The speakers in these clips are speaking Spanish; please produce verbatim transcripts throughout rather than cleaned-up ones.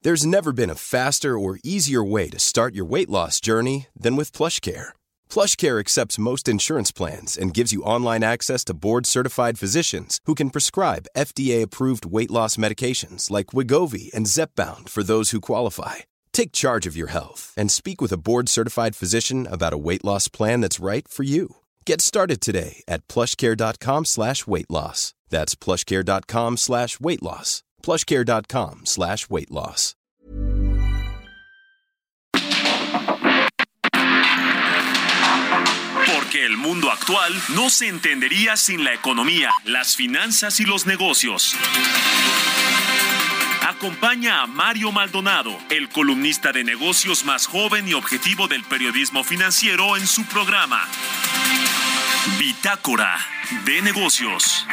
There's never been a faster or easier way to start your weight loss journey than with PlushCare. PlushCare accepts most insurance plans and gives you online access to board-certified physicians who can prescribe F D A-approved weight loss medications like Wegovy and Zepbound for those who qualify. Take charge of your health and speak with a board-certified physician about a weight loss plan that's right for you. Get started today at plushcare.com slash weight loss. That's plushcare.com slash weight loss. plushcare.com slash weight loss. Porque el mundo actual no se entendería sin la economía, las finanzas y los negocios. Acompaña a Mario Maldonado, el columnista de negocios más joven y objetivo del periodismo financiero, en su programa Bitácora de Negocios.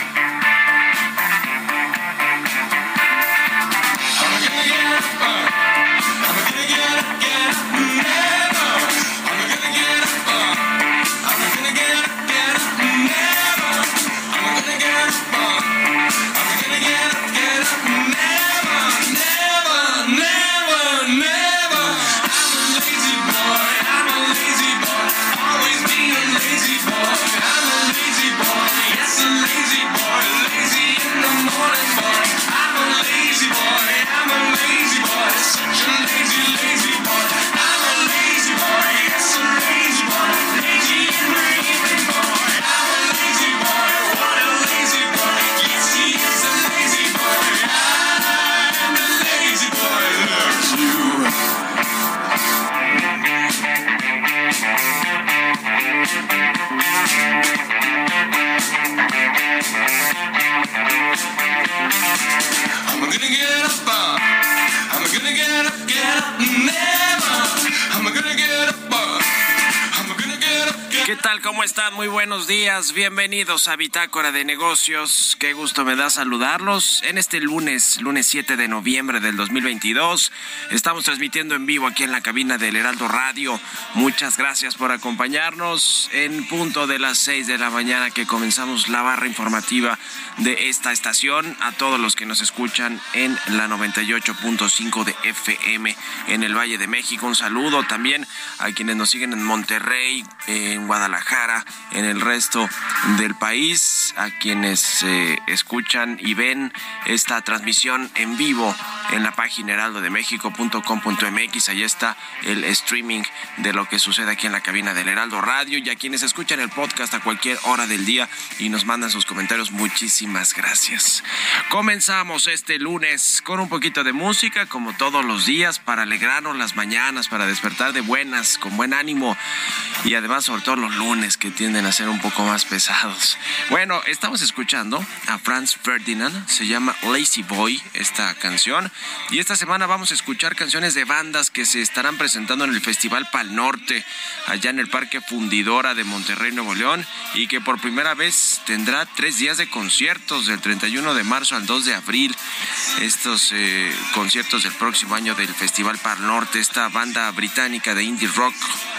¿Qué tal? ¿Cómo están? Muy buenos días. Bienvenidos a Bitácora de Negocios. Qué gusto me da saludarlos en este lunes, lunes siete de noviembre del dos mil veintidós. Estamos transmitiendo en vivo aquí en la cabina del Heraldo Radio. Muchas gracias por acompañarnos en punto de las seis de la mañana que comenzamos la barra informativa de esta estación. A todos los que nos escuchan en la noventa y ocho punto cinco de F M en el Valle de México. Un saludo también a quienes nos siguen en Monterrey, en Guadalajara, en el resto del país, a quienes eh, escuchan y ven esta transmisión en vivo en la página heraldo de méxico punto com punto m x. Ahí está el streaming de lo que sucede aquí en la cabina del Heraldo Radio, y a quienes escuchan el podcast a cualquier hora del día y nos mandan sus comentarios, muchísimas gracias. Comenzamos este lunes con un poquito de música, como todos los días, para alegrarnos las mañanas, para despertar de buenas, con buen ánimo, y además sobre todo los lunes, que tienden a ser un poco más pesados. Bueno, estamos escuchando a Franz Ferdinand, se llama Lazy Boy esta canción, y esta semana vamos a escuchar canciones de bandas que se estarán presentando en el Festival Pal Norte, allá en el Parque Fundidora de Monterrey, Nuevo León, y que por primera vez tendrá tres días de conciertos, del treinta y uno de marzo al dos de abril. Estos eh, conciertos del próximo año del Festival Pal Norte. Esta banda británica de indie rock,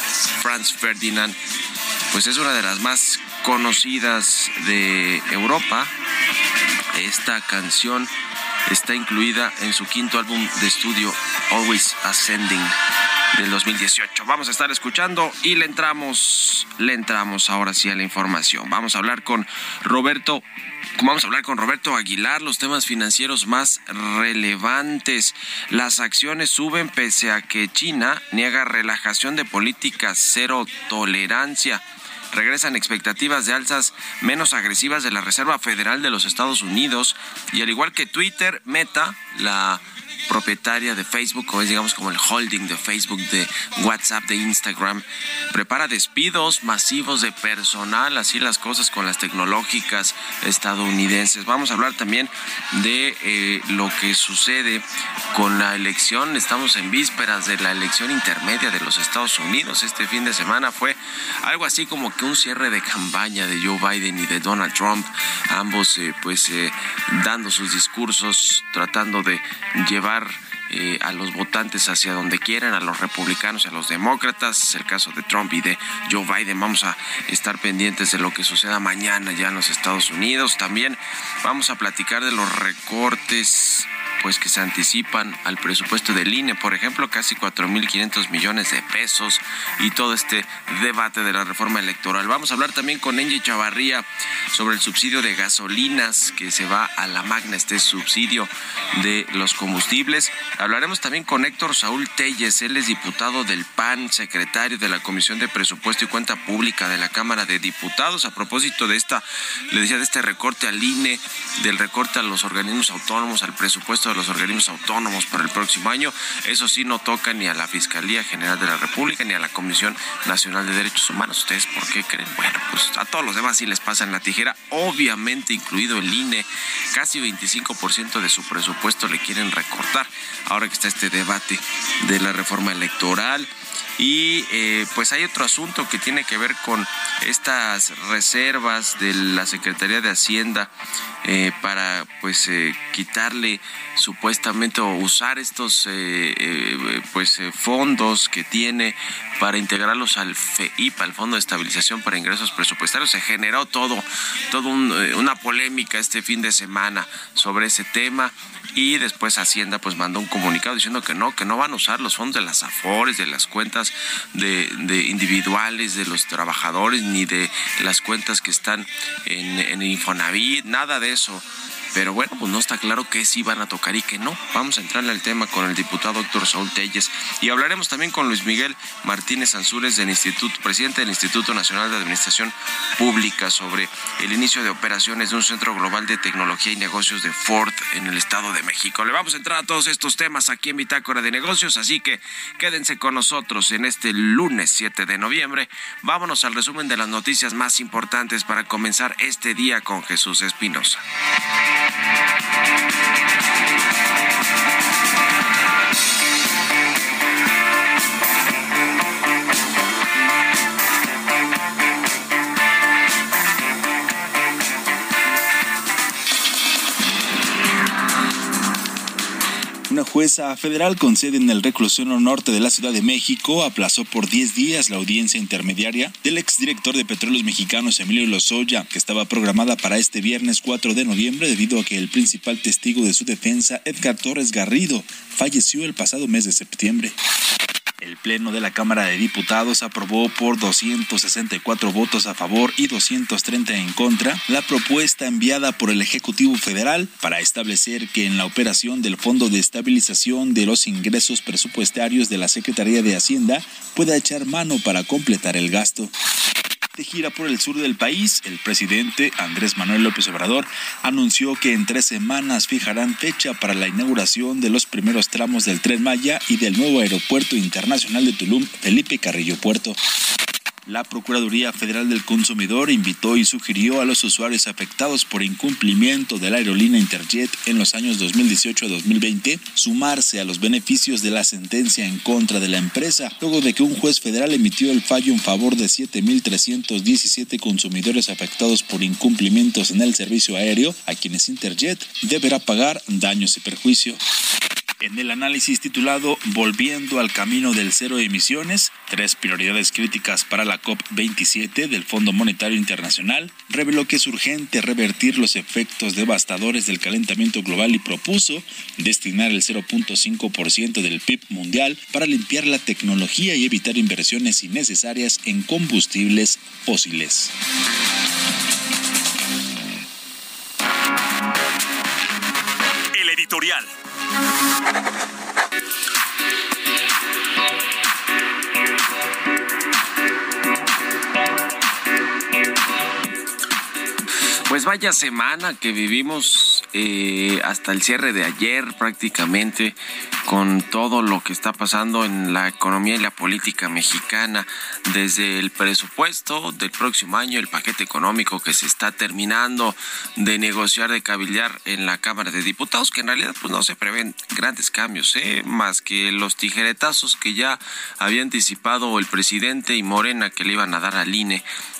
Franz Ferdinand, pues es una de las más conocidas de Europa. Esta canción está incluida en su quinto álbum de estudio, Always Ascending, del dos mil dieciocho. Vamos a estar escuchando y le entramos, le entramos ahora sí a la información. Vamos a hablar con Roberto Vamos a hablar con Roberto Aguilar, los temas financieros más relevantes. Las acciones suben pese a que China niega relajación de política cero tolerancia. Regresan expectativas de alzas menos agresivas de la Reserva Federal de los Estados Unidos, y al igual que Twitter, Meta, la propietaria de Facebook, o es digamos como el holding de Facebook, de WhatsApp, de Instagram, prepara despidos masivos de personal. Así las cosas con las tecnológicas estadounidenses. Vamos a hablar también de eh, lo que sucede con la elección. Estamos en vísperas de la elección intermedia de los Estados Unidos. Este fin de semana fue algo así como que un cierre de campaña de Joe Biden y de Donald Trump, ambos eh, pues eh, dando sus discursos, tratando de llevar Eh, a los votantes hacia donde quieran, a los republicanos y a los demócratas. El caso de Trump y de Joe Biden. Vamos a estar pendientes de lo que suceda mañana ya en los Estados Unidos. También vamos a platicar de los recortes pues que se anticipan al presupuesto del I N E, por ejemplo, casi cuatro mil quinientos millones de pesos, y todo este debate de la reforma electoral. Vamos a hablar también con Angie Chavarría sobre el subsidio de gasolinas que se va a la magna, este subsidio de los combustibles. Hablaremos también con Héctor Saúl Telles, él es diputado del P A N, secretario de la Comisión de Presupuesto y Cuenta Pública de la Cámara de Diputados, a propósito de esta, le decía, de este recorte al I N E, del recorte a los organismos autónomos, al presupuesto de los organismos autónomos para el próximo año. Eso sí, no toca ni a la Fiscalía General de la República ni a la Comisión Nacional de Derechos Humanos. ¿Ustedes por qué creen? Bueno, pues a todos los demás sí les pasan la tijera, obviamente incluido el I N E. Casi veinticinco por ciento de su presupuesto le quieren recortar ahora que está este debate de la reforma electoral. Y eh, pues hay otro asunto que tiene que ver con estas reservas de la Secretaría de Hacienda eh, para pues eh, quitarle supuestamente o usar estos eh, eh, pues eh, fondos que tiene para integrarlos al F E I P, al Fondo de Estabilización para Ingresos Presupuestarios. Se generó todo, todo un, eh, una polémica este fin de semana sobre ese tema. Y después Hacienda pues mandó un comunicado diciendo que no, que no van a usar los fondos de las AFORES, de las cuentas de, de individuales de los trabajadores, ni de las cuentas que están en, en Infonavit, nada de eso. Pero bueno, pues no está claro qué sí van a tocar y qué no. Vamos a entrarle al tema con el diputado Héctor Saúl Telles. Y hablaremos también con Luis Miguel Martínez Ansúrez, del Instituto, presidente del Instituto Nacional de Administración Pública, sobre el inicio de operaciones de un centro global de tecnología y negocios de Ford en el Estado de México. Le vamos a entrar a todos estos temas aquí en Bitácora de Negocios, así que quédense con nosotros en este lunes siete de noviembre. Vámonos al resumen de las noticias más importantes para comenzar este día con Jesús Espinosa. Una jueza federal con sede en el reclusorio norte de la Ciudad de México aplazó por diez días la audiencia intermediaria del exdirector de Petróleos Mexicanos, Emilio Lozoya, que estaba programada para este viernes cuatro de noviembre debido a que el principal testigo de su defensa, Edgar Torres Garrido, falleció el pasado mes de septiembre. El Pleno de la Cámara de Diputados aprobó por doscientos sesenta y cuatro votos a favor y doscientos treinta en contra la propuesta enviada por el Ejecutivo Federal para establecer que en la operación del Fondo de Estabilización de los Ingresos Presupuestarios de la Secretaría de Hacienda pueda echar mano para completar el gasto. De gira por el sur del país, el presidente Andrés Manuel López Obrador anunció que en tres semanas fijarán fecha para la inauguración de los primeros tramos del Tren Maya y del nuevo Aeropuerto Internacional de Tulum, Felipe Carrillo Puerto. La Procuraduría Federal del Consumidor invitó y sugirió a los usuarios afectados por incumplimiento de la aerolínea Interjet en los años dos mil dieciocho a dos mil veinte sumarse a los beneficios de la sentencia en contra de la empresa, luego de que un juez federal emitió el fallo en favor de siete mil trescientos diecisiete consumidores afectados por incumplimientos en el servicio aéreo, a quienes Interjet deberá pagar daños y perjuicio. En el análisis titulado Volviendo al camino del cero emisiones, tres prioridades críticas para la COP veintisiete del Fondo Monetario Internacional, reveló que es urgente revertir los efectos devastadores del calentamiento global y propuso destinar el cero punto cinco por ciento del P I B mundial para limpiar la tecnología y evitar inversiones innecesarias en combustibles fósiles. El editorial. Pues vaya semana que vivimos eh, hasta el cierre de ayer prácticamente, con todo lo que está pasando en la economía y la política mexicana, desde el presupuesto del próximo año, el paquete económico que se está terminando de negociar, de cabildear en la Cámara de Diputados, que en realidad pues no se prevén grandes cambios, ¿eh? más que los tijeretazos que ya había anticipado el presidente y Morena que le iban a dar al I N E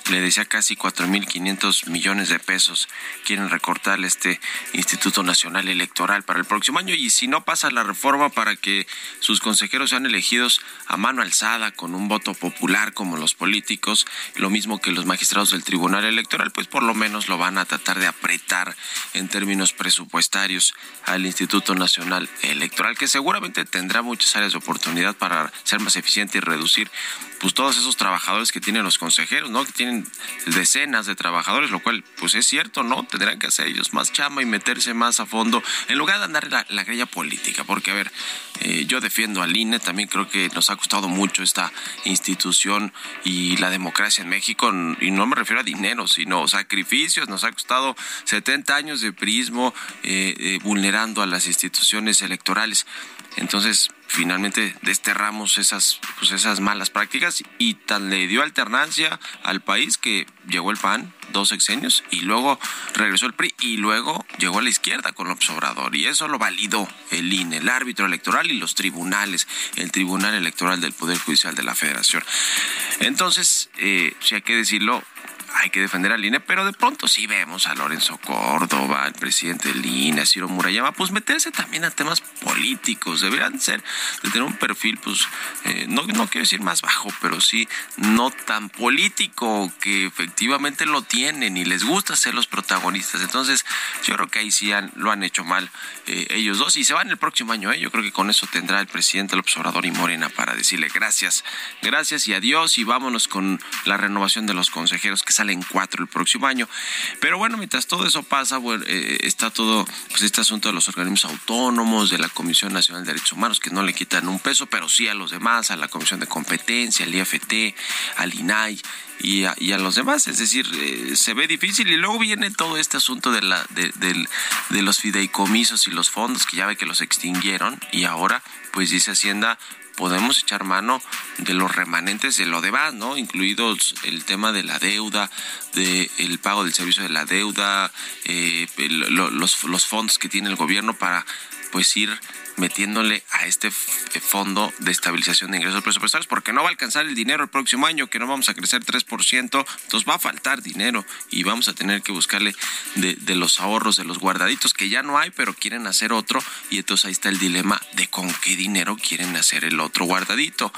le decía casi cuatro mil quinientos millones de pesos quieren recortarle este Instituto Nacional Electoral para el próximo año, y si no pasa la reforma para que sus consejeros sean elegidos a mano alzada con un voto popular como los políticos, lo mismo que los magistrados del Tribunal Electoral, pues por lo menos lo van a tratar de apretar en términos presupuestarios al Instituto Nacional Electoral, que seguramente tendrá muchas áreas de oportunidad para ser más eficiente y reducir pues todos esos trabajadores que tienen los consejeros, ¿no? Que tienen decenas de trabajadores, lo cual pues es cierto, ¿no? Tendrán que hacer ellos más chamba y meterse más a fondo en lugar de andar la, la grilla política, porque a ver, eh, yo defiendo al I N E, también creo que nos ha costado mucho esta institución y la democracia en México, y no me refiero a dinero, sino sacrificios. Nos ha costado setenta años de priismo eh, eh, vulnerando a las instituciones electorales. Entonces, finalmente desterramos esas pues esas malas prácticas, y tan le dio alternancia al país que llegó el P A N, dos sexenios, y luego regresó el P R I, y luego llegó a la izquierda con López Obrador, y eso lo validó el I N E, el árbitro electoral y los tribunales, el Tribunal Electoral del Poder Judicial de la Federación. Entonces, eh, si hay que decirlo, hay que defender al I N E, pero de pronto sí vemos a Lorenzo Córdoba, al presidente del I N E, a Ciro Murayama, pues meterse también a temas políticos. Deberían ser, de tener un perfil, pues, eh, no, no quiero decir más bajo, pero sí no tan político, que efectivamente lo tienen y les gusta ser los protagonistas. Entonces, yo creo que ahí sí han, lo han hecho mal eh, ellos dos, y se van el próximo año, ¿eh? Yo creo que con eso tendrá el presidente López Obrador y Morena para decirle gracias, gracias y adiós, y vámonos con la renovación de los consejeros, que salen cuatro el próximo año. Pero bueno, mientras todo eso pasa, bueno, eh, está todo pues este asunto de los organismos autónomos, de la Comisión Nacional de Derechos Humanos, que no le quitan un peso, pero sí a los demás, a la Comisión de Competencia, al I F T, al I N A I y a, y a los demás. Es decir, eh, se ve difícil, y luego viene todo este asunto de la de, de, de los fideicomisos y los fondos, que ya ve que los extinguieron, y ahora pues dice Hacienda, podemos echar mano de los remanentes de lo demás, ¿no? Incluidos el tema de la deuda, de el pago del servicio de la deuda, eh, el, lo, los, los fondos que tiene el gobierno para pues ir metiéndole a este fondo de estabilización de ingresos presupuestarios, porque no va a alcanzar el dinero el próximo año, que no vamos a crecer tres por ciento, entonces va a faltar dinero y vamos a tener que buscarle de, de los ahorros, de los guardaditos, que ya no hay, pero quieren hacer otro, y entonces ahí está el dilema de con qué dinero quieren hacer el otro guardadito.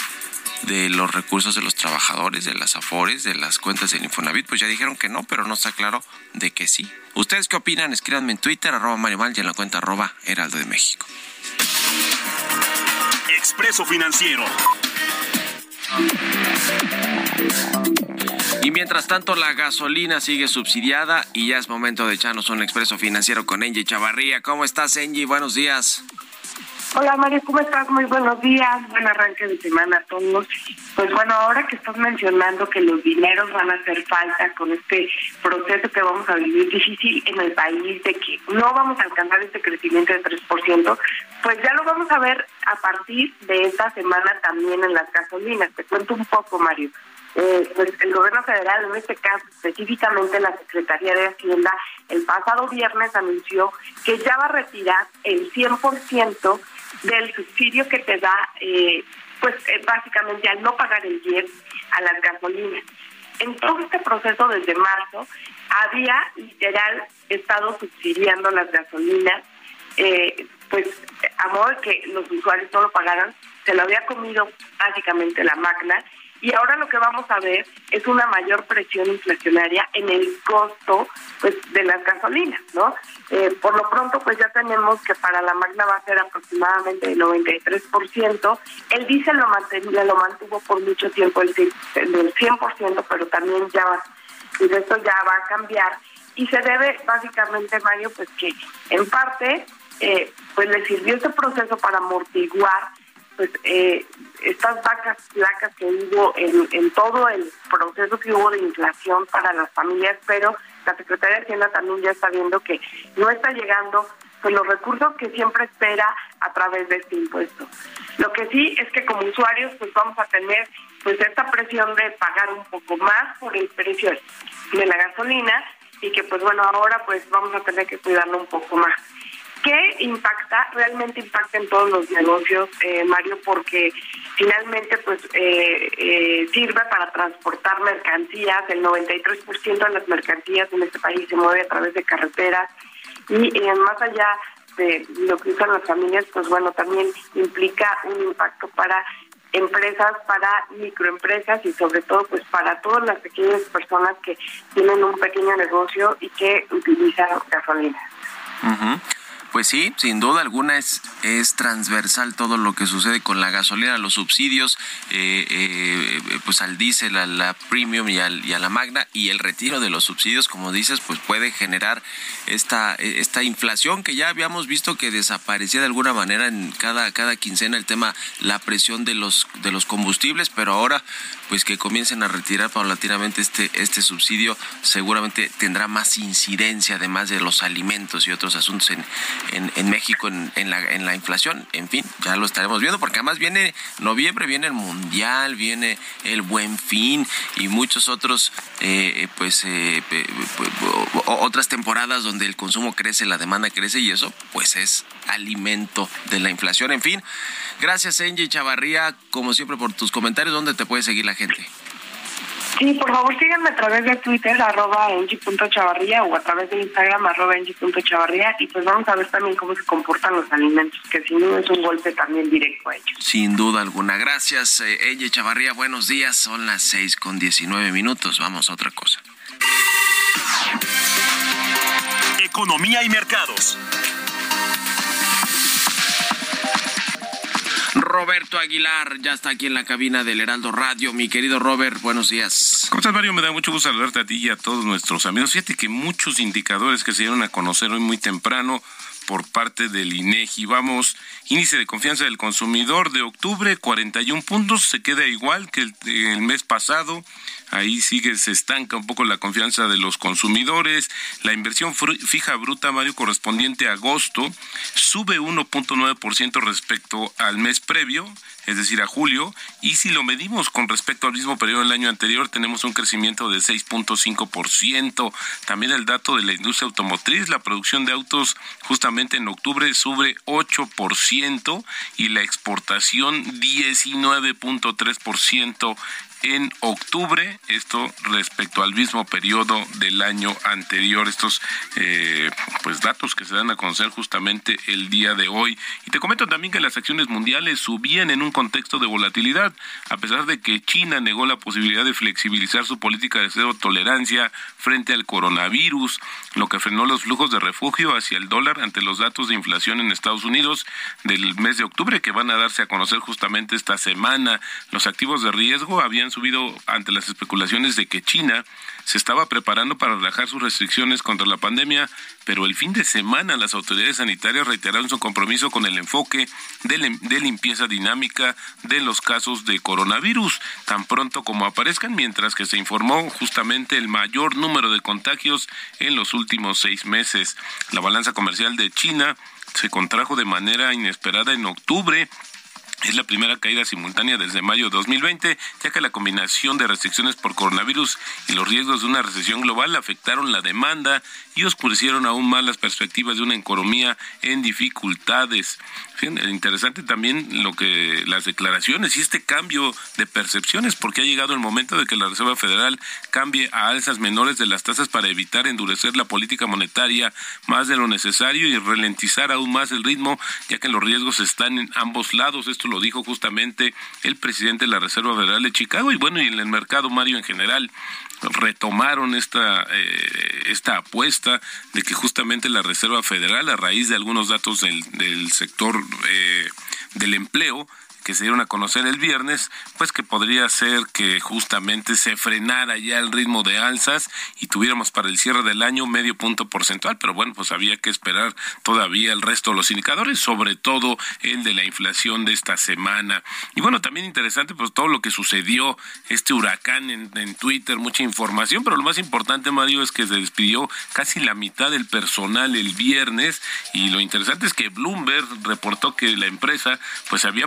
De los recursos de los trabajadores, de las Afores, de las cuentas del Infonavit, pues ya dijeron que no, pero no está claro de que sí. ¿Ustedes qué opinan? Escríbanme en Twitter, arroba Mario Mal, y en la cuenta arroba Heraldo de México. Expreso Financiero. Y mientras tanto, la gasolina sigue subsidiada, y ya es momento de echarnos un expreso financiero con Angie Chavarría. ¿Cómo estás, Angie? Buenos días. Hola Mario, ¿cómo estás? Muy buenos días, buen arranque de semana a todos. Pues bueno, ahora que estás mencionando que los dineros van a hacer falta con este proceso que vamos a vivir difícil en el país, de que no vamos a alcanzar este crecimiento de tres por ciento, pues ya lo vamos a ver a partir de esta semana también en las gasolinas. Te cuento un poco, Mario. Eh, pues el gobierno federal, en este caso específicamente la Secretaría de Hacienda, el pasado viernes anunció que ya va a retirar el cien por ciento del subsidio que te da, eh, pues eh, básicamente al no pagar el I E P a las gasolinas. En todo este proceso desde marzo había literal estado subsidiando las gasolinas, eh, pues a modo de que los usuarios no lo pagaran, se lo había comido básicamente la máquina. Y ahora lo que vamos a ver es una mayor presión inflacionaria en el costo pues de las gasolinas, ¿no? Eh, por lo pronto, pues ya tenemos que para la Magna va a ser aproximadamente el noventa y tres por ciento. El diésel lo, mantenía, lo mantuvo por mucho tiempo el del cien por ciento, pero también ya va, y de esto ya va a cambiar. Y se debe básicamente, Mario, pues que en parte eh, pues le sirvió este proceso para amortiguar pues eh, estas vacas flacas que hubo en, en todo el proceso que hubo de inflación para las familias, pero la Secretaría de Hacienda también ya está viendo que no está llegando pues los recursos que siempre espera a través de este impuesto. Lo que sí es que como usuarios pues vamos a tener pues esta presión de pagar un poco más por el precio de la gasolina, y que pues bueno, ahora pues vamos a tener que cuidarlo un poco más. ¿Qué impacta? Realmente impacta en todos los negocios, eh, Mario, porque finalmente pues eh, eh, sirve para transportar mercancías. El noventa y tres por ciento de las mercancías en este país se mueve a través de carreteras y eh, más allá de lo que usan las familias, pues bueno, también implica un impacto para empresas, para microempresas y sobre todo pues para todas las pequeñas personas que tienen un pequeño negocio y que utilizan gasolina. Uh-huh. Pues sí, sin duda alguna es es transversal todo lo que sucede con la gasolina, los subsidios, eh, eh, pues al diésel, a la premium y, al, y a la magna, y el retiro de los subsidios, como dices, pues puede generar esta esta inflación que ya habíamos visto que desaparecía de alguna manera en cada cada quincena el tema, la presión de los de los combustibles, pero ahora pues que comiencen a retirar paulatinamente este este subsidio seguramente tendrá más incidencia, además de los alimentos y otros asuntos en En, en México en, en, la, en la inflación. En fin, ya lo estaremos viendo, porque además viene noviembre, viene el Mundial, viene el Buen Fin y muchos otros, eh, pues, eh, eh, otras temporadas donde el consumo crece, la demanda crece y eso, pues, es alimento de la inflación. En fin, gracias, Angie Chavarría, como siempre, por tus comentarios. ¿Dónde te puede seguir la gente? Sí, por favor síganme a través de Twitter, arroba engie punto chavarría, o a través de Instagram, arroba engie punto chavarría, y pues vamos a ver también cómo se comportan los alimentos, que si no es un golpe también directo a ellos. Sin duda alguna. Gracias, eh, Engie Chavarría. Buenos días. Son las seis con diecinueve minutos. Vamos a otra cosa. Economía y mercados. Roberto Aguilar ya está aquí en la cabina del Heraldo Radio. Mi querido Robert, buenos días. ¿Cómo estás, Mario? Me da mucho gusto saludarte a ti y a todos nuestros amigos. Fíjate que muchos indicadores que se dieron a conocer hoy muy temprano por parte del INEGI. Vamos, índice de confianza del consumidor de octubre, cuarenta y un puntos, se queda igual que el, el mes pasado. Ahí sigue, se estanca un poco la confianza de los consumidores. La inversión fija bruta, Mario, correspondiente a agosto, sube uno punto nueve por ciento respecto al mes previo, es decir, a julio, y si lo medimos con respecto al mismo periodo del año anterior, tenemos un crecimiento de seis punto cinco por ciento. También el dato de la industria automotriz, la producción de autos justamente en octubre sube ocho por ciento y la exportación diecinueve punto tres por ciento en octubre, esto respecto al mismo periodo del año anterior. Estos eh, pues datos que se dan a conocer justamente el día de hoy. Y te comento también que las acciones mundiales subían en un contexto de volatilidad, a pesar de que China negó la posibilidad de flexibilizar su política de cero tolerancia frente al coronavirus, lo que frenó los flujos de refugio hacia el dólar ante los datos de inflación en Estados Unidos del mes de octubre, que van a darse a conocer justamente esta semana. Los activos de riesgo habían subido ante las especulaciones de que China se estaba preparando para relajar sus restricciones contra la pandemia, pero el fin de semana las autoridades sanitarias reiteraron su compromiso con el enfoque de, de limpieza dinámica de los casos de coronavirus, tan pronto como aparezcan, mientras que se informó justamente el mayor número de contagios en los últimos seis meses. La balanza comercial de China se contrajo de manera inesperada en octubre. Es la primera caída simultánea desde mayo de dos mil veinte, ya que la combinación de restricciones por coronavirus y los riesgos de una recesión global afectaron la demanda y oscurecieron aún más las perspectivas de una economía en dificultades. Fíjense, interesante también lo que las declaraciones y este cambio de percepciones, porque ha llegado el momento de que la Reserva Federal cambie a alzas menores de las tasas para evitar endurecer la política monetaria más de lo necesario y ralentizar aún más el ritmo, ya que los riesgos están en ambos lados. Esto lo dijo justamente el presidente de la Reserva Federal de Chicago, y bueno, y en el mercado, Mario, en general retomaron esta eh, esta apuesta de que justamente la Reserva Federal, a raíz de algunos datos del, del sector eh, del empleo que se dieron a conocer el viernes, pues que podría ser que justamente se frenara ya el ritmo de alzas y tuviéramos para el cierre del año medio punto porcentual, pero bueno, pues había que esperar todavía el resto de los indicadores, sobre todo el de la inflación de esta semana. Y bueno, también interesante pues todo lo que sucedió, este huracán en, en Twitter, mucha información, pero lo más importante, Mario, es que se despidió casi la mitad del personal el viernes, y lo interesante es que Bloomberg reportó que la empresa pues había precipitado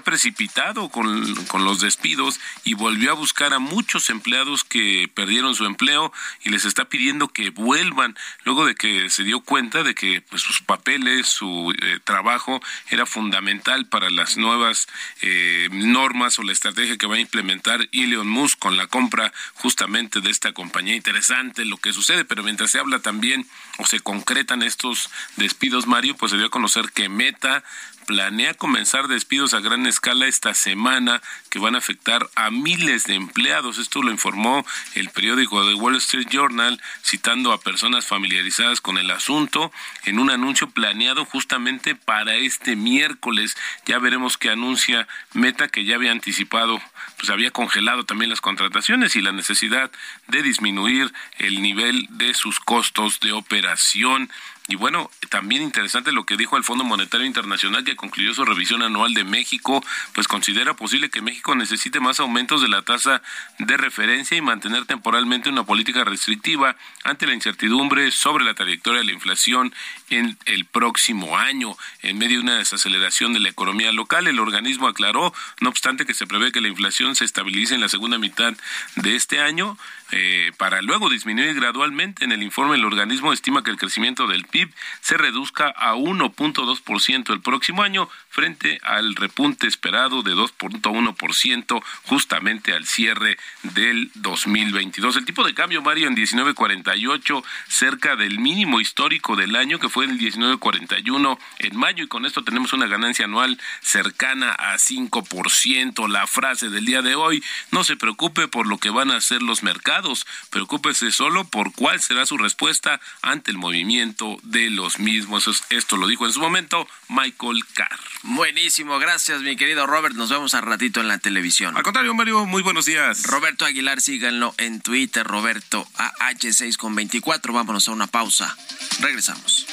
irritado con, con los despidos y volvió a buscar a muchos empleados que perdieron su empleo y les está pidiendo que vuelvan, luego de que se dio cuenta de que pues, sus papeles, su eh, trabajo era fundamental para las nuevas eh, normas o la estrategia que va a implementar Elon Musk con la compra justamente de esta compañía. Interesante lo que sucede, pero mientras se habla también o se concretan estos despidos, Mario, pues se dio a conocer que Meta planea comenzar despidos a gran escala esta semana que van a afectar a miles de empleados. Esto lo informó el periódico The Wall Street Journal, citando a personas familiarizadas con el asunto en un anuncio planeado justamente para este miércoles. Ya veremos qué anuncia Meta, que ya había anticipado, pues había congelado también las contrataciones y la necesidad de disminuir el nivel de sus costos de operación. Y bueno, también interesante lo que dijo el Fondo Monetario Internacional, que concluyó su revisión anual de México, pues considera posible que México necesite más aumentos de la tasa de referencia y mantener temporalmente una política restrictiva ante la incertidumbre sobre la trayectoria de la inflación en el próximo año. En medio de una desaceleración de la economía local, el organismo aclaró, no obstante, que se prevé que la inflación se estabilice en la segunda mitad de este año, eh, para luego disminuir gradualmente. En el informe, el organismo estima que el crecimiento del P I B se reduzca a uno punto dos por ciento el próximo año, frente al repunte esperado de dos punto uno por ciento justamente al cierre del dos mil veintidós. El tipo de cambio, Mario, en diecinueve cuarenta y ocho, cerca del mínimo histórico del año, que fue en el diecinueve cuarenta y uno en mayo, y con esto tenemos una ganancia anual cercana a cinco por ciento. La frase del día de hoy: no se preocupe por lo que van a hacer los mercados, preocúpese solo por cuál será su respuesta ante el movimiento de los mismos. Esto lo dijo en su momento Michael Carr. Buenísimo, gracias mi querido Robert, nos vemos al ratito en la televisión. Al contrario, Mario, muy buenos días. Roberto Aguilar, síganlo en Twitter, Roberto A H seis con veinticuatro. Vámonos a una pausa, regresamos.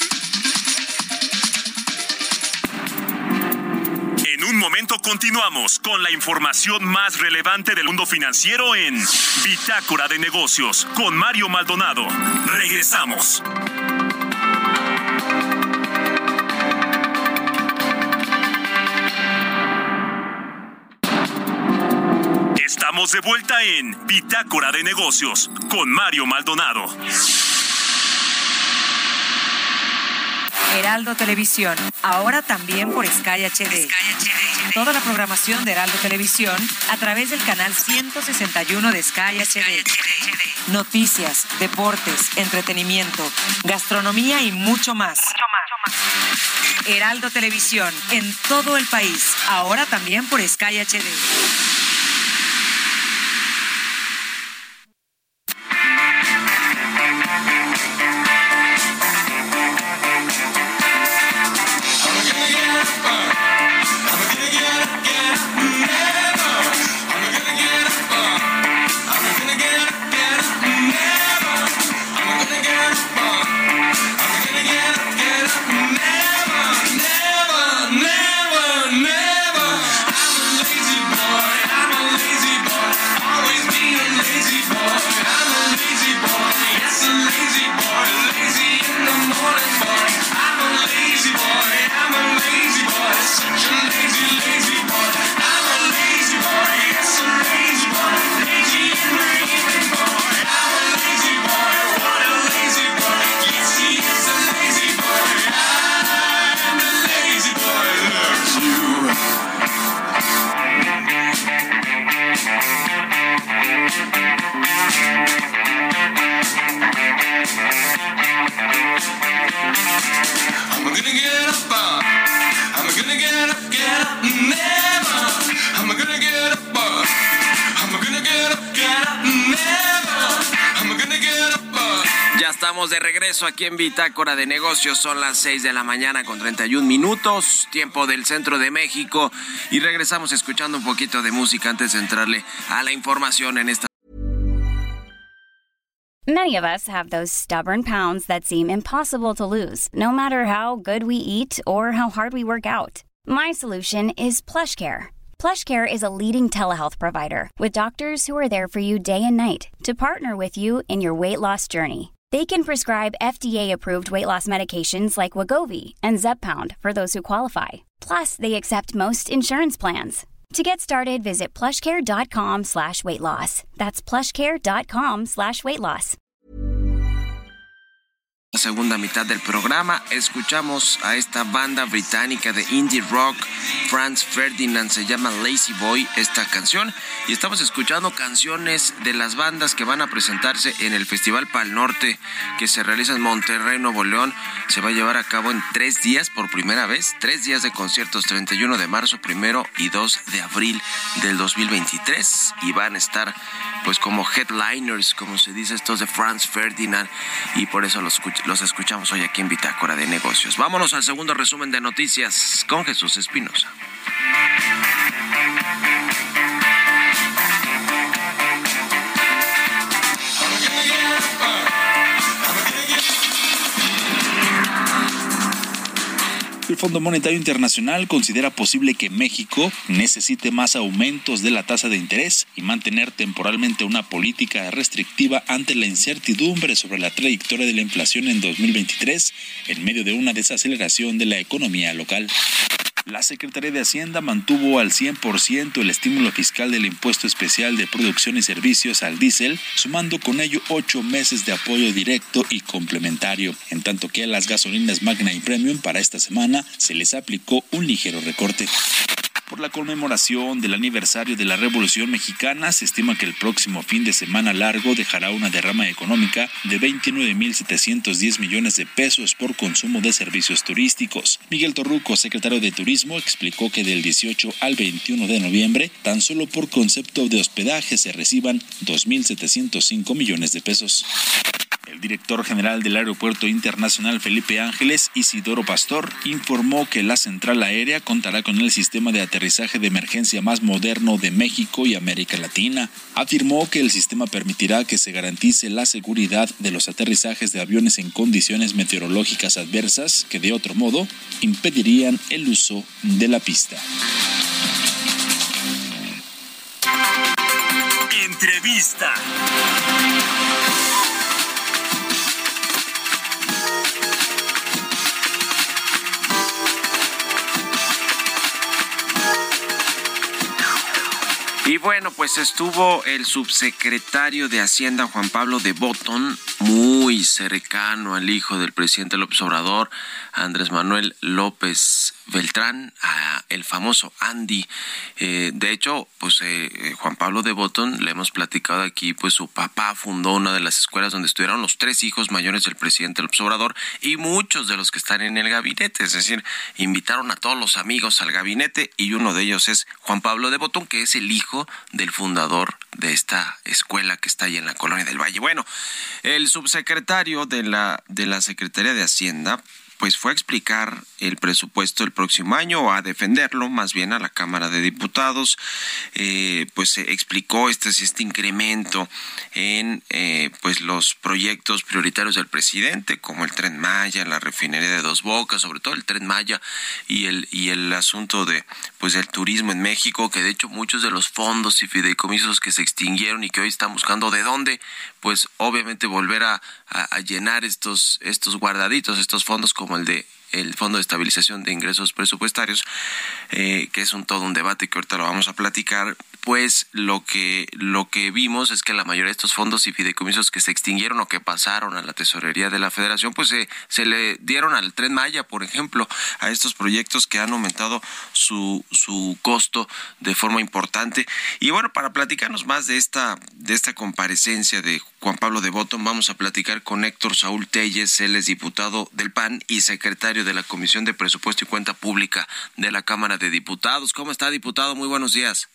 En un momento continuamos con la información más relevante del mundo financiero en Bitácora de Negocios con Mario Maldonado. Regresamos. Estamos de vuelta en Bitácora de Negocios con Mario Maldonado. Heraldo Televisión, ahora también por Sky H D. Toda la programación de Heraldo Televisión a través del canal ciento sesenta y uno de Sky H D. Noticias, deportes, entretenimiento, gastronomía y mucho más. Heraldo Televisión, en todo el país, ahora también por Sky H D. De regreso aquí en Bitácora de Negocios, son las seis de la mañana con treinta y un minutos, tiempo del centro de México, y regresamos escuchando un poquito de música antes de entrarle a la información en esta. Many of us have those stubborn pounds that seem impossible to lose, no matter how good we eat or how hard we work out. My solution is PlushCare. PlushCare is a leading telehealth provider with doctors who are there for you day and night to partner with you in your weight loss journey. They can prescribe F D A-approved weight loss medications like Wegovy and Zepbound for those who qualify. Plus, they accept most insurance plans. To get started, visit plushcare.com slash weight loss. That's plushcare.com slash weight loss. La segunda mitad del programa escuchamos a esta banda británica de indie rock, Franz Ferdinand, se llama Lazy Boy esta canción, y estamos escuchando canciones de las bandas que van a presentarse en el Festival Pal Norte que se realiza en Monterrey, Nuevo León. Se va a llevar a cabo en tres días por primera vez, tres días de conciertos, treinta y uno de marzo, primero y dos de abril del dos mil veintitrés, y van a estar pues como headliners, como se dice, estos de Franz Ferdinand, y por eso los escuchamos. Los escuchamos hoy aquí en Bitácora de Negocios. Vámonos al segundo resumen de noticias con Jesús Espinosa. El Fondo Monetario Internacional considera posible que México necesite más aumentos de la tasa de interés y mantener temporalmente una política restrictiva ante la incertidumbre sobre la trayectoria de la inflación en dos mil veintitrés, en medio de una desaceleración de la economía local. La Secretaría de Hacienda mantuvo al cien por ciento el estímulo fiscal del impuesto especial de producción y servicios al diésel, sumando con ello ocho meses de apoyo directo y complementario, en tanto que a las gasolinas Magna y Premium para esta semana se les aplicó un ligero recorte. Por la conmemoración del aniversario de la Revolución Mexicana, se estima que el próximo fin de semana largo dejará una derrama económica de veintinueve mil setecientos diez millones de pesos por consumo de servicios turísticos. Miguel Torruco, secretario de Turismo, explicó que del dieciocho al veintiuno de noviembre, tan solo por concepto de hospedaje se reciban dos mil setecientos cinco millones de pesos. El director general del Aeropuerto Internacional Felipe Ángeles, Isidoro Pastor, informó que la central aérea contará con el sistema de aterrizaje de emergencia más moderno de México y América Latina. Afirmó que el sistema permitirá que se garantice la seguridad de los aterrizajes de aviones en condiciones meteorológicas adversas que de otro modo impedirían el uso de la pista. Entrevista. Y bueno, pues estuvo el subsecretario de Hacienda, Juan Pablo de Botton, muy cercano al hijo del presidente López Obrador, Andrés Manuel López Beltrán, a el famoso Andy. Eh, de hecho, pues eh, Juan Pablo de Botton, le hemos platicado aquí, pues su papá fundó una de las escuelas donde estudiaron los tres hijos mayores del presidente López Obrador y muchos de los que están en el gabinete. Es decir, invitaron a todos los amigos al gabinete y uno de ellos es Juan Pablo de Botton, que es el hijo del fundador de esta escuela que está ahí en la Colonia del Valle. Bueno, el subsecretario de la, de la Secretaría de Hacienda pues fue a explicar el presupuesto del próximo año, o a defenderlo más bien a la Cámara de Diputados. Eh, pues se explicó este, este incremento en eh, pues los proyectos prioritarios del presidente, como el Tren Maya, la refinería de Dos Bocas, sobre todo el Tren Maya y el y el asunto de pues del turismo en México, que de hecho muchos de los fondos y fideicomisos que se extinguieron y que hoy están buscando de dónde, pues obviamente volver a, a, a llenar estos estos guardaditos, estos fondos, como el de el Fondo de Estabilización de Ingresos Presupuestarios, eh, que es un todo un debate que ahorita lo vamos a platicar. Pues lo que lo que vimos es que la mayoría de estos fondos y fideicomisos que se extinguieron o que pasaron a la tesorería de la Federación, pues se, se le dieron al Tren Maya, por ejemplo, a estos proyectos que han aumentado su su costo de forma importante. Y bueno, para platicarnos más de esta de esta comparecencia de Juan Pablo de Botton, vamos a platicar con Héctor Saúl Telles. Él es diputado del P A N y secretario de la Comisión de Presupuesto y Cuenta Pública de la Cámara de Diputados. ¿Cómo está, diputado? Muy buenos días.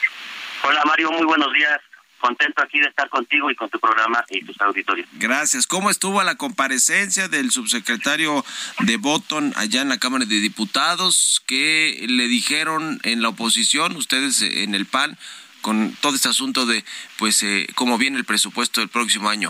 Hola, Mario, muy buenos días. Contento aquí de estar contigo y con tu programa y tus auditorios. Gracias. ¿Cómo estuvo la comparecencia del subsecretario de Botton allá en la Cámara de Diputados? ¿Qué le dijeron en la oposición, ustedes en el P A N, con todo este asunto de pues eh, cómo viene el presupuesto del próximo año?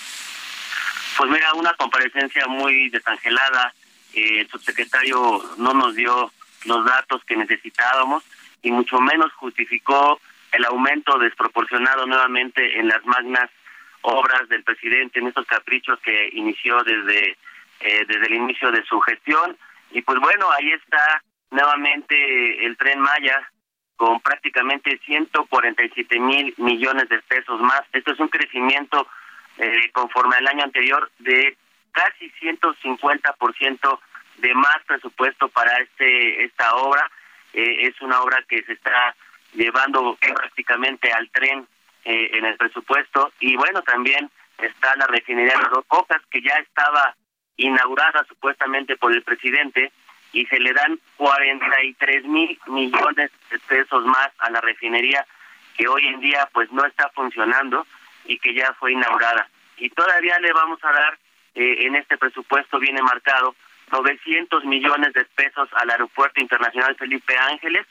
Pues mira, una comparecencia muy desangelada. Eh, el subsecretario no nos dio los datos que necesitábamos y mucho menos justificó el aumento desproporcionado nuevamente en las magnas obras del presidente, en estos caprichos que inició desde eh, desde el inicio de su gestión. Y pues bueno, ahí está nuevamente el Tren Maya con prácticamente ciento cuarenta y siete mil millones de pesos más. Esto es un crecimiento eh, conforme al año anterior de casi ciento cincuenta por ciento de más presupuesto para este esta obra. Eh, es una obra que se está llevando prácticamente al tren eh, en el presupuesto. Y bueno, también está la refinería de Dos Bocas, que ya estaba inaugurada supuestamente por el presidente, y se le dan cuarenta y tres mil millones de pesos más a la refinería, que hoy en día pues no está funcionando y que ya fue inaugurada. Y todavía le vamos a dar, eh, en este presupuesto viene marcado, novecientos millones de pesos al Aeropuerto Internacional Felipe Ángeles,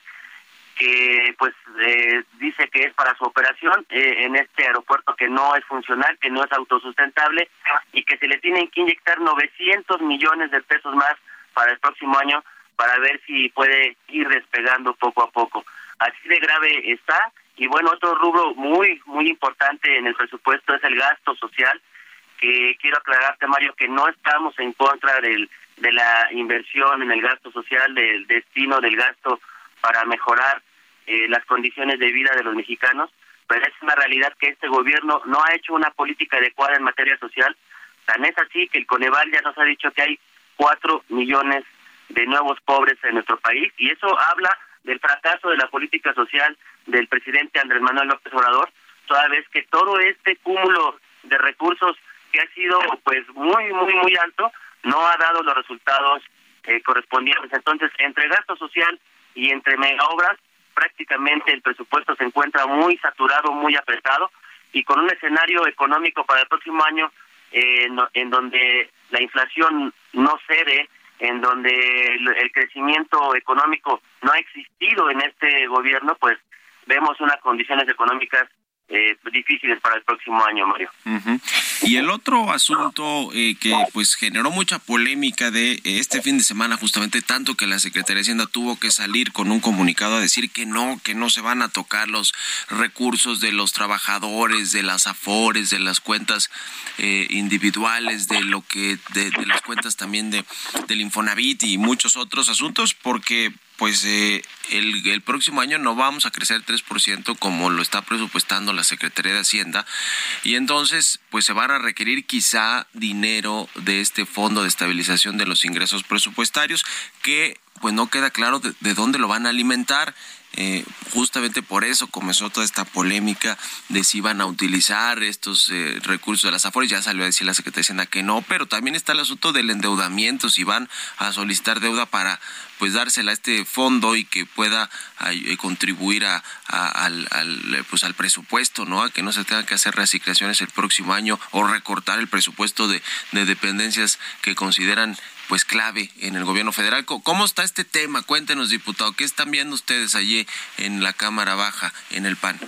que pues eh, dice que es para su operación eh, en este aeropuerto que no es funcional, que no es autosustentable, y que se le tienen que inyectar novecientos millones de pesos más para el próximo año, para ver si puede ir despegando poco a poco. Así de grave está. Y bueno, otro rubro muy, muy importante en el presupuesto es el gasto social, que quiero aclararte, Mario, que no estamos en contra del, de la inversión en el gasto social, del destino del gasto para mejorar eh, las condiciones de vida de los mexicanos, pero es una realidad que este gobierno no ha hecho una política adecuada en materia social. Tan es así que el Coneval ya nos ha dicho que hay cuatro millones de nuevos pobres en nuestro país, y eso habla del fracaso de la política social del presidente Andrés Manuel López Obrador, toda vez que todo este cúmulo de recursos que ha sido pues muy, muy, muy alto, no ha dado los resultados eh, correspondientes. Entonces, entre gasto social y entre mega obras, prácticamente el presupuesto se encuentra muy saturado, muy apretado, y con un escenario económico para el próximo año eh, en, en donde la inflación no cede, en donde el, el crecimiento económico no ha existido en este gobierno, pues vemos unas condiciones económicas eh, difíciles para el próximo año, Mario. Uh-huh. Y el otro asunto eh, que pues generó mucha polémica de este fin de semana, justamente tanto que la Secretaría de Hacienda tuvo que salir con un comunicado a decir que no, que no se van a tocar los recursos de los trabajadores, de las afores, de las cuentas eh, individuales, de lo que de, de las cuentas también de del Infonavit y muchos otros asuntos, porque pues eh, el, el próximo año no vamos a crecer tres por ciento como lo está presupuestando la Secretaría de Hacienda, y entonces pues se van a requerir quizá dinero de este Fondo de Estabilización de los Ingresos Presupuestarios, que pues no queda claro de, de dónde lo van a alimentar. Eh, justamente por eso comenzó toda esta polémica de si iban a utilizar estos eh, recursos de las afores. Ya salió a decir la Secretaría de Hacienda que no, pero también está el asunto del endeudamiento, si van a solicitar deuda para pues dársela a este fondo y que pueda eh, contribuir a, a, al, al, pues, al presupuesto, ¿no? A que no se tengan que hacer reasignaciones el próximo año o recortar el presupuesto de, de dependencias que consideran pues clave en el gobierno federal. ¿Cómo está este tema? Cuéntenos, diputado, ¿qué están viendo ustedes allí en la Cámara Baja, en el P A N?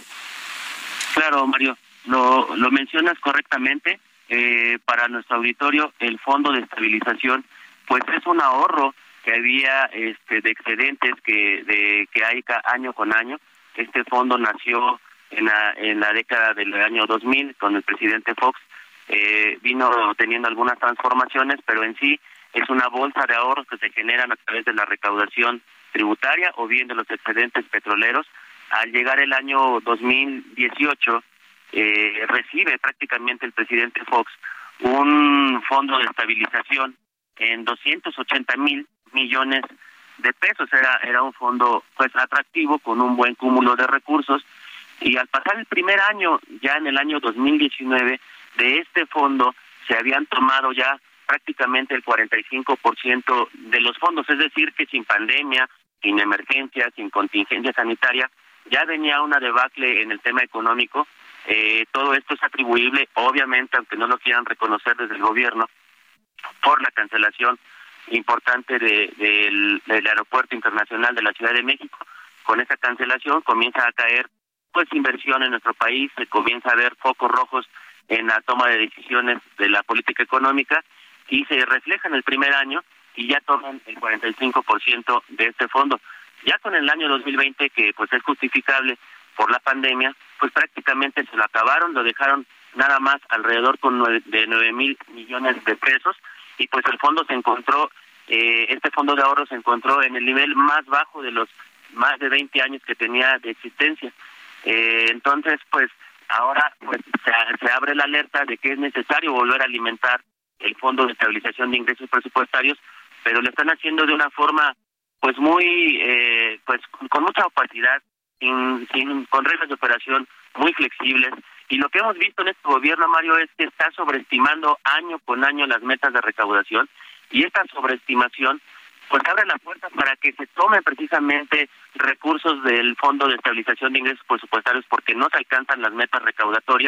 Claro, Mario, lo, lo mencionas correctamente. Eh, para nuestro auditorio, el Fondo de Estabilización pues es un ahorro que había este de excedentes que de que hay año con año. Este fondo nació en la, en la década del año dos mil con el presidente Fox. Eh, vino teniendo algunas transformaciones, pero en sí es una bolsa de ahorros que se generan a través de la recaudación tributaria o bien de los excedentes petroleros. Al llegar el año dos mil dieciocho, eh, recibe prácticamente el presidente Fox un fondo de estabilización en doscientos ochenta mil millones de pesos. Era, era un fondo pues atractivo, con un buen cúmulo de recursos, y al pasar el primer año, ya en el año dos mil diecinueve, de este fondo se habían tomado ya prácticamente el cuarenta y cinco por ciento de los fondos, es decir, que sin pandemia, sin emergencia, sin contingencia sanitaria, ya venía una debacle en el tema económico. Eh, todo esto es atribuible, obviamente, aunque no lo quieran reconocer desde el gobierno, por la cancelación importante de, de, del, del Aeropuerto Internacional de la Ciudad de México. Con esa cancelación comienza a caer pues inversión en nuestro país, se comienza a ver focos rojos en la toma de decisiones de la política económica, y se refleja en el primer año y ya toman el cuarenta y cinco por ciento de este fondo. Ya con el año dos mil veinte, que pues es justificable por la pandemia, pues prácticamente se lo acabaron, lo dejaron nada más alrededor con nueve, de nueve mil millones de pesos, y pues el fondo se encontró, eh, este fondo de ahorro se encontró en el nivel más bajo de los más de veinte años que tenía de existencia. Eh, entonces, pues ahora pues se, se abre la alerta de que es necesario volver a alimentar el Fondo de Estabilización de Ingresos Presupuestarios, pero lo están haciendo de una forma pues muy, eh, pues con mucha opacidad, sin, sin, con reglas de operación muy flexibles. Y lo que hemos visto en este gobierno, Mario, es que está sobreestimando año con año las metas de recaudación, y esta sobreestimación pues abre la puerta para que se tomen precisamente recursos del Fondo de Estabilización de Ingresos Presupuestarios porque no se alcanzan las metas recaudatorias,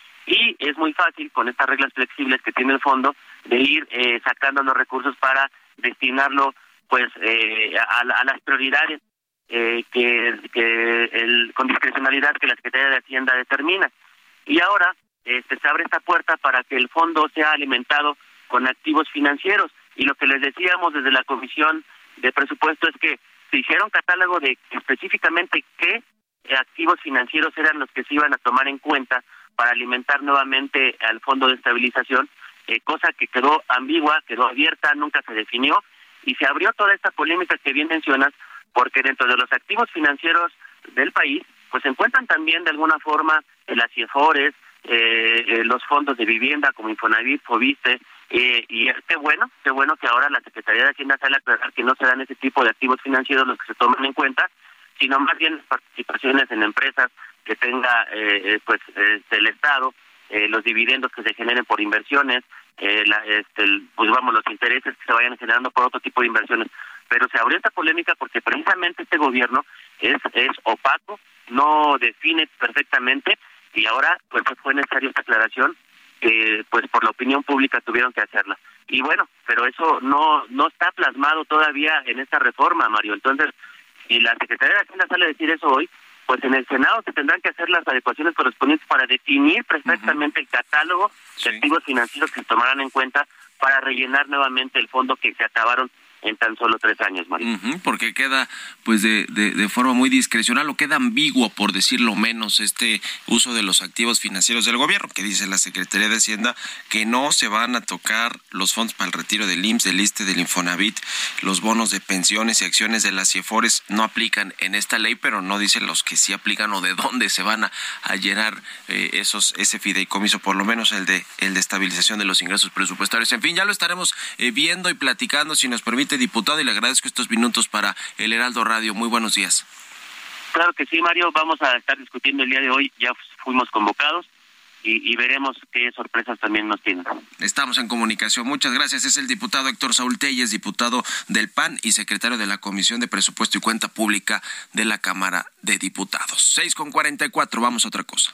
y es muy fácil con estas reglas flexibles que tiene el fondo de ir eh, sacando los recursos para destinarlo pues eh, a, a las prioridades eh, que, que el, con discrecionalidad que la Secretaría de Hacienda determina. Y ahora este, se abre esta puerta para que el fondo sea alimentado con activos financieros. Y lo que les decíamos desde la Comisión de Presupuesto es que se hicieron catálogo de específicamente qué activos financieros eran los que se iban a tomar en cuenta para alimentar nuevamente al Fondo de Estabilización, eh, cosa que quedó ambigua, quedó abierta, nunca se definió, y se abrió toda esta polémica que bien mencionas, porque dentro de los activos financieros del país, pues se encuentran también de alguna forma eh, las CIEFORES, eh, eh, los fondos de vivienda como Infonavit, Fobiste, eh, y qué bueno, qué bueno que ahora la Secretaría de Hacienda sale a aclarar que no se dan ese tipo de activos financieros los que se toman en cuenta, sino más bien participaciones en empresas que tenga eh, pues este, el Estado, eh, los dividendos que se generen por inversiones, eh, la, este, el, pues vamos, los intereses que se vayan generando por otro tipo de inversiones. Pero se abrió esta polémica porque precisamente este gobierno es es opaco, no define perfectamente, y ahora pues fue necesaria esta aclaración que pues por la opinión pública tuvieron que hacerla. Y bueno, pero eso no no está plasmado todavía en esta reforma, Mario. Entonces, si la Secretaría de Hacienda sale a decir eso hoy, pues en el Senado se tendrán que hacer las adecuaciones correspondientes para definir perfectamente uh-huh. el catálogo sí. de activos financieros que se tomarán en cuenta para rellenar nuevamente el fondo que se acabaron en tan solo tres años, Mario. Uh-huh, porque queda pues de, de, de forma muy discrecional, o queda ambiguo, por decirlo menos, este uso de los activos financieros del gobierno, que dice la Secretaría de Hacienda que no se van a tocar los fondos para el retiro del I M S S, del ISSSTE, del Infonavit, los bonos de pensiones y acciones de las CIEFORES no aplican en esta ley, pero no dicen los que sí aplican o de dónde se van a, a llenar eh, esos ese fideicomiso, por lo menos el de el de estabilización de los ingresos presupuestarios. En fin, ya lo estaremos eh, viendo y platicando, si nos permite, diputado, y le agradezco estos minutos para el Heraldo Radio. Muy buenos días. Claro que sí, Mario, vamos a estar discutiendo el día de hoy, ya fuimos convocados y, y veremos qué sorpresas también nos tienen. Estamos en comunicación, muchas gracias. Es el diputado Héctor Saúl Telles, diputado del P A N y secretario de la Comisión de Presupuesto y Cuenta Pública de la Cámara de Diputados. seis con cuarenta y cuatro, vamos a otra cosa.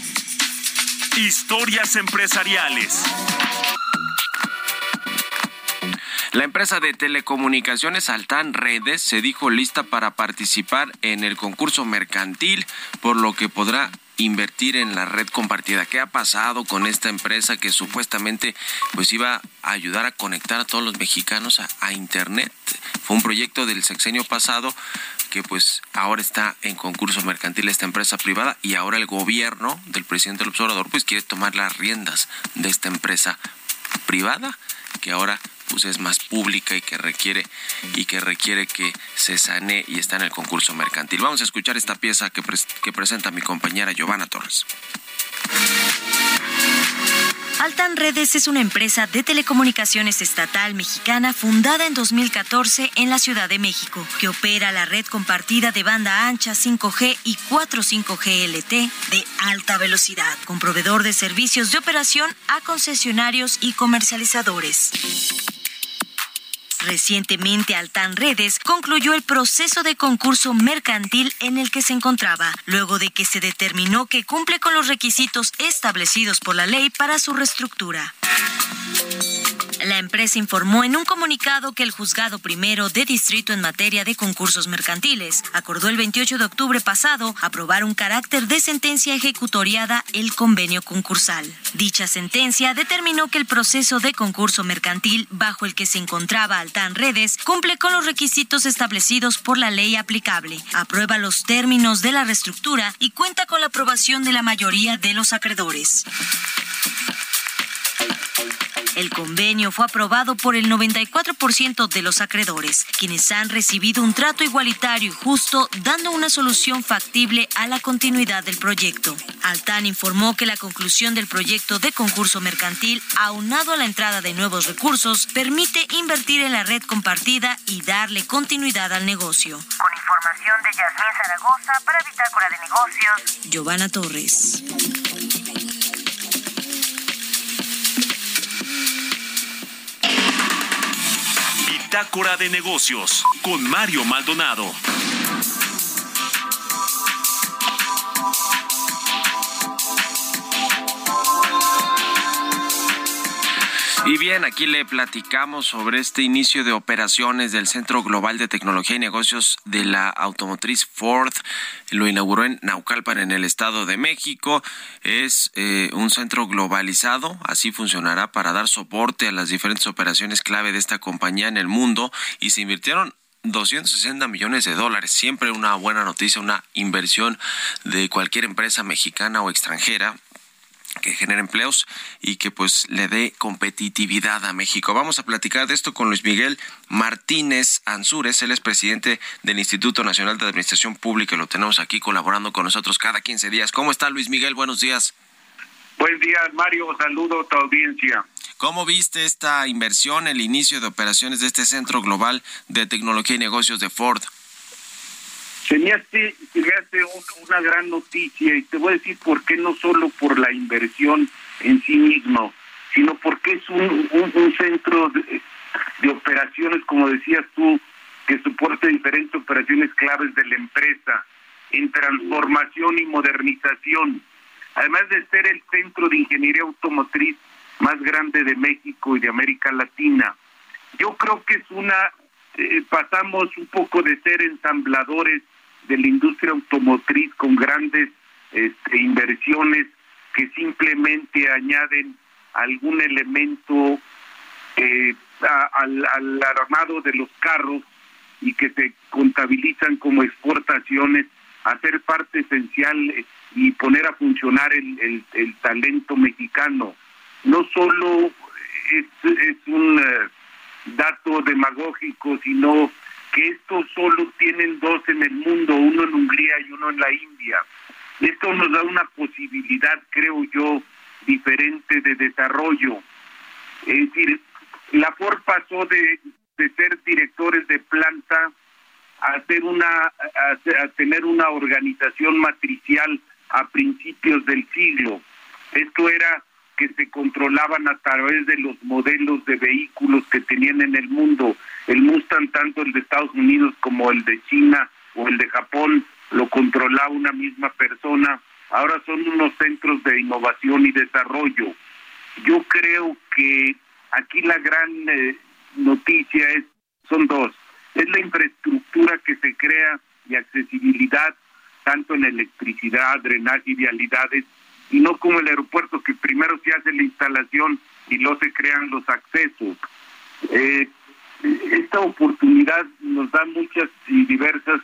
Historias empresariales. La empresa de telecomunicaciones Altán Redes se dijo lista para participar en el concurso mercantil, por lo que podrá invertir en la red compartida. ¿Qué ha pasado con esta empresa que supuestamente pues iba a ayudar a conectar a todos los mexicanos a, a Internet? Fue un proyecto del sexenio pasado que pues ahora está en concurso mercantil esta empresa privada, y ahora el gobierno del presidente López Obrador pues quiere tomar las riendas de esta empresa privada, que ahora pues es más pública y que requiere y que requiere que se sanee y está en el concurso mercantil. Vamos a escuchar esta pieza que, pre- que presenta mi compañera Giovanna Torres. Altán Redes es una empresa de telecomunicaciones estatal mexicana fundada en dos mil catorce en la Ciudad de México, que opera la red compartida de banda ancha cinco G y cuatro cinco G L T de alta velocidad, con proveedor de servicios de operación a concesionarios y comercializadores. Recientemente, Altán Redes concluyó el proceso de concurso mercantil en el que se encontraba, luego de que se determinó que cumple con los requisitos establecidos por la ley para su reestructura. La empresa informó en un comunicado que el Juzgado Primero de Distrito en materia de concursos mercantiles acordó el veintiocho de octubre pasado aprobar un carácter de sentencia ejecutoriada el convenio concursal. Dicha sentencia determinó que el proceso de concurso mercantil bajo el que se encontraba Altán Redes cumple con los requisitos establecidos por la ley aplicable, aprueba los términos de la reestructura y cuenta con la aprobación de la mayoría de los acreedores. El convenio fue aprobado por el noventa y cuatro por ciento de los acreedores, quienes han recibido un trato igualitario y justo, dando una solución factible a la continuidad del proyecto. Altán informó que la conclusión del proyecto de concurso mercantil, aunado a la entrada de nuevos recursos, permite invertir en la red compartida y darle continuidad al negocio. Con información de Yasmín Zaragoza para Bitácora de Negocios, Giovanna Torres. Bitácora de Negocios con Mario Maldonado. Y bien, aquí le platicamos sobre este inicio de operaciones del Centro Global de Tecnología y Negocios de la Automotriz Ford. Lo inauguró en Naucalpan, en el Estado de México. Es eh, un centro globalizado, así funcionará para dar soporte a las diferentes operaciones clave de esta compañía en el mundo, y se invirtieron doscientos sesenta millones de dólares. Siempre una buena noticia, una inversión de cualquier empresa mexicana o extranjera que genere empleos y que pues le dé competitividad a México. Vamos a platicar de esto con Luis Miguel Martínez Ansúrez. Él es presidente del Instituto Nacional de Administración Pública y lo tenemos aquí colaborando con nosotros cada quince días. ¿Cómo está, Luis Miguel? Buenos días. Buen día, Mario. Saludo a tu audiencia. ¿Cómo viste esta inversión, el inicio de operaciones de este Centro Global de Tecnología y Negocios de Ford? Se me hace, se me hace una gran noticia, y te voy a decir por qué, no solo por la inversión en sí mismo, sino porque es un, un, un centro de, de operaciones, como decías tú, que soporta diferentes operaciones claves de la empresa en transformación y modernización, además de ser el centro de ingeniería automotriz más grande de México y de América Latina. Yo creo que es una, eh, pasamos un poco de ser ensambladores de la industria automotriz con grandes este, inversiones que simplemente añaden algún elemento eh, a, al, al armado de los carros y que se contabilizan como exportaciones, a ser parte esencial y poner a funcionar el, el, el talento mexicano. No solo es, es un uh, dato demagógico, sino que estos solo tienen dos en el mundo, uno en Hungría y uno en la India. Esto nos da una posibilidad, creo yo, diferente de desarrollo. Es decir, la Ford pasó de, de ser directores de planta a hacer una a, a tener una organización matricial a principios del siglo. Esto era que se controlaban a través de los modelos de vehículos que tenían en el mundo. El Mustang, tanto el de Estados Unidos como el de China o el de Japón, lo controlaba una misma persona. Ahora son unos centros de innovación y desarrollo. Yo creo que aquí la gran eh, noticia es son dos. Es la infraestructura que se crea y accesibilidad, tanto en electricidad, drenaje y vialidades, y no como el aeropuerto, que primero se hace la instalación y luego se crean los accesos. Eh, esta oportunidad nos da muchas y diversas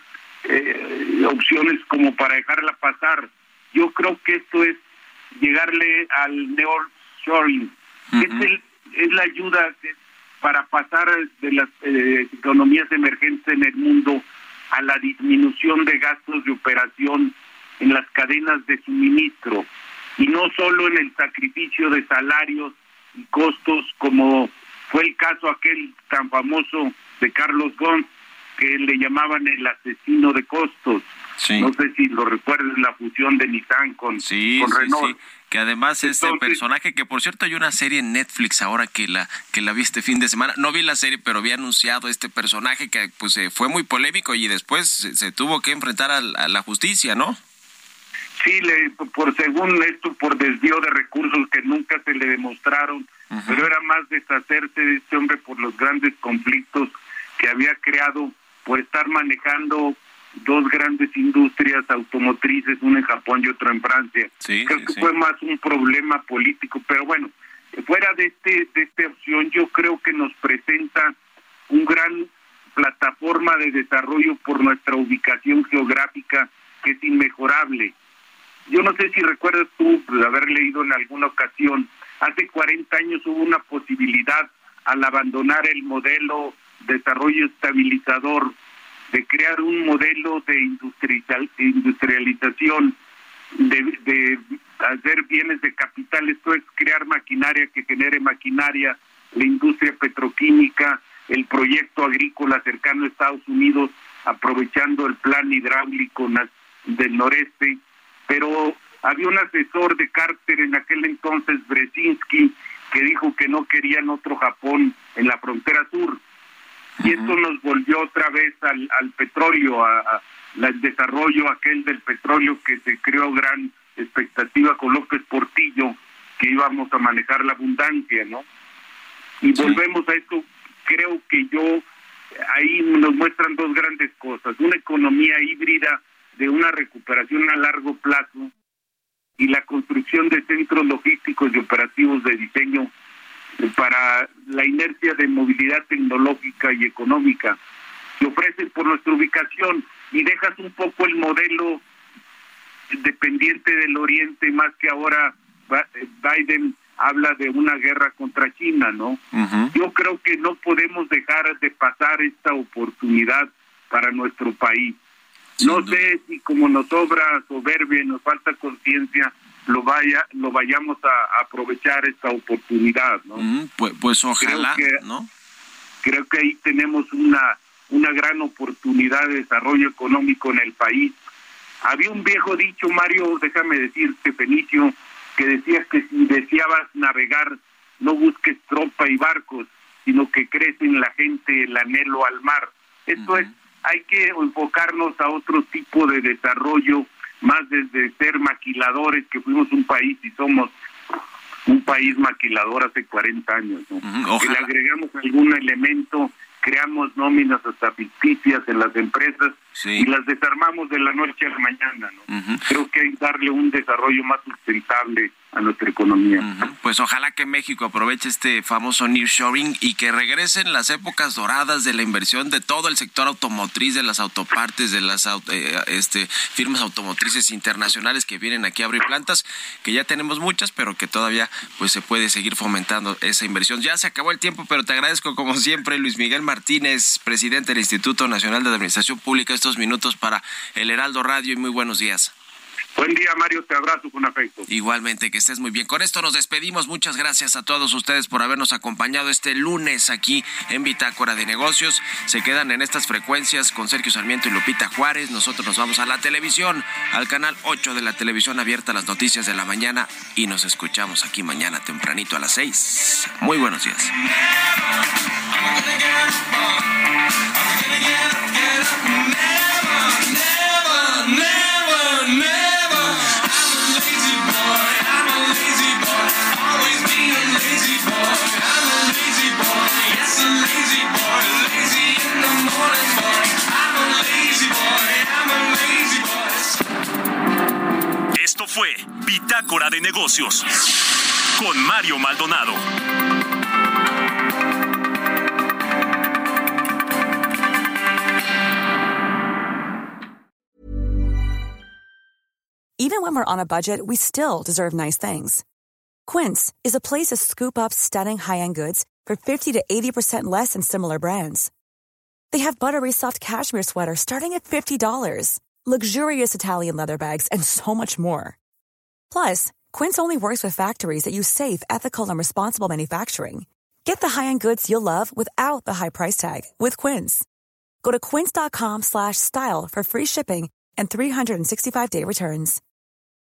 eh, opciones como para dejarla pasar. Yo creo que esto es llegarle al nearshoring, uh-huh. es, el, es la ayuda para pasar de las eh, economías emergentes en el mundo a la disminución de gastos de operación en las cadenas de suministro, y no solo en el sacrificio de salarios y costos, como fue el caso aquel tan famoso de Carlos Ghosn, que le llamaban el asesino de costos. Sí. No sé si lo recuerdas, la fusión de Nissan con, sí, con sí, Renault. Sí. Que además este Entonces, personaje, que por cierto hay una serie en Netflix ahora que la que la vi este fin de semana. No vi la serie, pero había anunciado este personaje que pues eh, fue muy polémico y después se, se tuvo que enfrentar a, a la justicia, ¿no? Sí, le, por según esto, por desvío de recursos que nunca se le demostraron, uh-huh. pero era más deshacerse de este hombre por los grandes conflictos que había creado por estar manejando dos grandes industrias automotrices, una en Japón y otra en Francia. Sí, Creo sí, que sí. fue más un problema político, pero bueno, fuera de este de esta opción, yo creo que nos presenta un gran plataforma de desarrollo por nuestra ubicación geográfica, que es inmejorable. Yo no sé si recuerdas tú pues, haber leído en alguna ocasión, hace cuarenta años hubo una posibilidad al abandonar el modelo de desarrollo estabilizador, de crear un modelo de industrial, industrialización, de, de hacer bienes de capital, esto es crear maquinaria que genere maquinaria, la industria petroquímica, el proyecto agrícola cercano a Estados Unidos, aprovechando el plan hidráulico del noreste, pero había un asesor de Carter en aquel entonces, Brzezinski, que dijo que no querían otro Japón en la frontera sur. Y esto nos volvió otra vez al, al petróleo, a, a, al desarrollo aquel del petróleo que se creó gran expectativa con López Portillo, que íbamos a manejar la abundancia, ¿no? Y sí. volvemos a esto, creo que yo, ahí nos muestran dos grandes cosas, una economía híbrida de una recuperación a largo plazo y la construcción de centros logísticos y operativos de diseño para la inercia de movilidad tecnológica y económica que ofrecen por nuestra ubicación, y dejas un poco el modelo dependiente del Oriente, más que ahora Biden habla de una guerra contra China, ¿no? Uh-huh. Yo creo que no podemos dejar de pasar esta oportunidad para nuestro país. No sí, sé no. si como nos sobra soberbia y nos falta conciencia, lo vaya lo vayamos a, a aprovechar esta oportunidad, ¿no? Mm, pues, pues ojalá, creo que, ¿no? Creo que ahí tenemos una una gran oportunidad de desarrollo económico en el país. Había un viejo dicho, Mario, déjame decirte, Fenicio, que decía que si deseabas navegar, no busques tropa y barcos, sino que crece en la gente el anhelo al mar. Esto uh-huh. es, hay que enfocarnos a otro tipo de desarrollo, más desde ser maquiladores, que fuimos un país y somos un país maquilador hace cuarenta años, ¿no? Uh-huh. Que le agregamos algún elemento, creamos nóminas hasta ficticias en las empresas sí. y las desarmamos de la noche a la mañana, ¿no? Uh-huh. Creo que hay que darle un desarrollo más sustentable a nuestra economía. Uh-huh. Pues ojalá que México aproveche este famoso nearshoring y que regresen las épocas doradas de la inversión de todo el sector automotriz, de las autopartes, de las eh, este, firmas automotrices internacionales que vienen aquí a abrir plantas, que ya tenemos muchas, pero que todavía pues se puede seguir fomentando esa inversión. Ya se acabó el tiempo, pero te agradezco como siempre, Luis Miguel Martínez, presidente del Instituto Nacional de Administración Pública, estos minutos para el Heraldo Radio, y muy buenos días. Buen día, Mario, te abrazo con afecto. Igualmente, que estés muy bien. Con esto nos despedimos. Muchas gracias a todos ustedes por habernos acompañado este lunes aquí en Bitácora de Negocios. Se quedan en estas frecuencias con Sergio Sarmiento y Lupita Juárez. Nosotros nos vamos a la televisión, al canal ocho de la televisión abierta, las noticias de la mañana, y nos escuchamos aquí mañana tempranito a las seis. Muy buenos días. Esto fue Bitácora de Negocios con Mario Maldonado. Even when we're on a budget, we still deserve nice things. Quince is a place to scoop up stunning high-end goods for fifty to eighty percent less than similar brands. They have buttery soft cashmere sweaters starting at fifty dollars, luxurious Italian leather bags, and so much more. Plus, Quince only works with factories that use safe, ethical, and responsible manufacturing. Get the high-end goods you'll love without the high price tag with Quince. Go to quince.com slash style for free shipping and three sixty-five day returns.